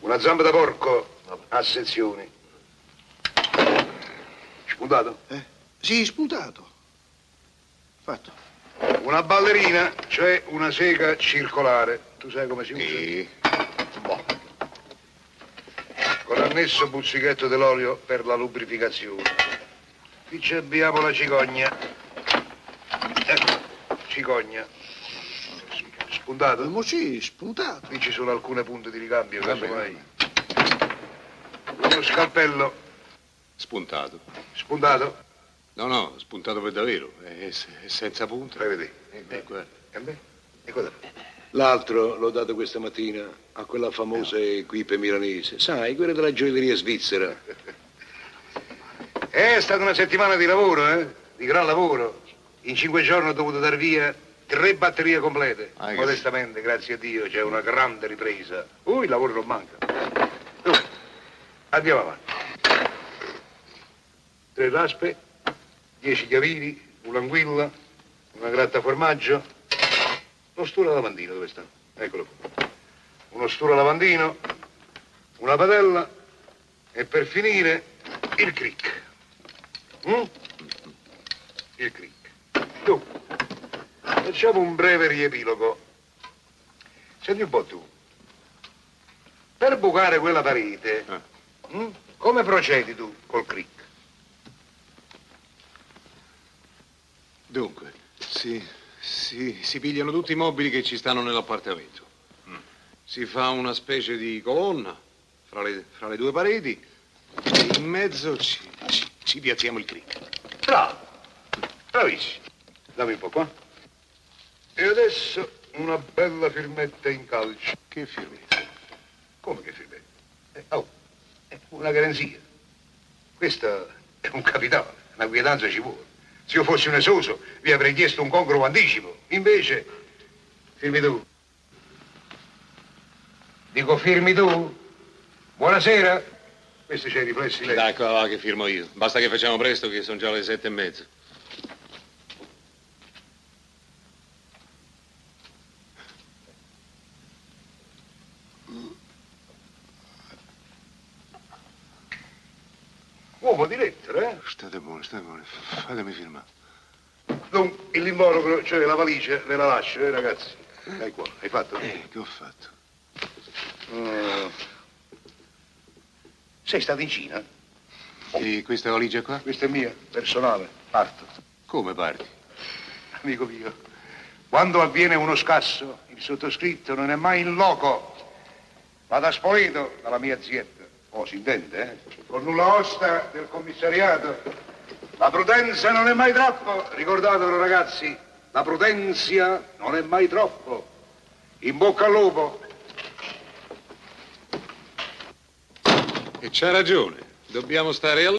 Una zamba da porco a sezioni. Spuntato? Sì, spuntato. Fatto. Una ballerina, cioè una sega circolare. Tu sai come si usa? Sì. Boh. Con annesso buzzichetto dell'olio per la lubrificazione. Qui ci abbiamo la cicogna. Ecco, cicogna. Spuntato? Ma sì, spuntato. Qui ci sono alcune punte di ricambio, casomai. Uno scalpello. Spuntato. Spuntato? No, spuntato per davvero. È senza punta. Fai vedere. Guarda. E beh? E cosa? L'altro l'ho dato questa mattina a quella famosa equipe milanese. Sai, quella della gioielleria svizzera. È stata una settimana di lavoro, Di gran lavoro. In 5 giorni ho dovuto dar via 3 batterie complete. Modestamente, grazie a Dio, c'è una grande ripresa. Il lavoro non manca. Dunque, andiamo avanti. 3 raspe, 10 chiavini, un'anguilla, una grattaformaggio, uno sturo lavandino, dove sta? Eccolo qua. Uno sturo lavandino, una padella e per finire il crick. Il crick. Dunque, facciamo un breve riepilogo. Senti un po' tu. Per bucare quella parete, come procedi tu col crick? Dunque, si pigliano tutti i mobili che ci stanno nell'appartamento. Si fa una specie di colonna fra le due pareti e in mezzo ci piazziamo il crick. Bravo. Bravissimo. Dammi un po' qua. E adesso una bella firmetta in calce. Che firmetta? Come che firmetta? È una garanzia. Questo è un capitale, una quietanza ci vuole. Se io fossi un esoso, vi avrei chiesto un congruo anticipo. Invece, firmi tu. Dico, firmi tu. Buonasera. Questi c'hai i riflessi lei. Dai, va, che firmo io. Basta che facciamo presto, che sono già le 7:30. Uomo di lettere, State buoni. Fatemi firmare. Dunque, l'involucro, cioè la valigia, ve la lascio, ragazzi. Dai qua, hai fatto? Che ho fatto? Sei stato in Cina? E questa valigia qua? Questa è mia, personale, parto. Come parti? Amico mio, quando avviene uno scasso, il sottoscritto non è mai in loco. Vado a Spoleto dalla mia azienda. Si intende, Con nulla osta del commissariato. La prudenza non è mai troppo. Ricordatelo, ragazzi, la prudenza non è mai troppo. In bocca al lupo. E c'ha ragione. Dobbiamo stare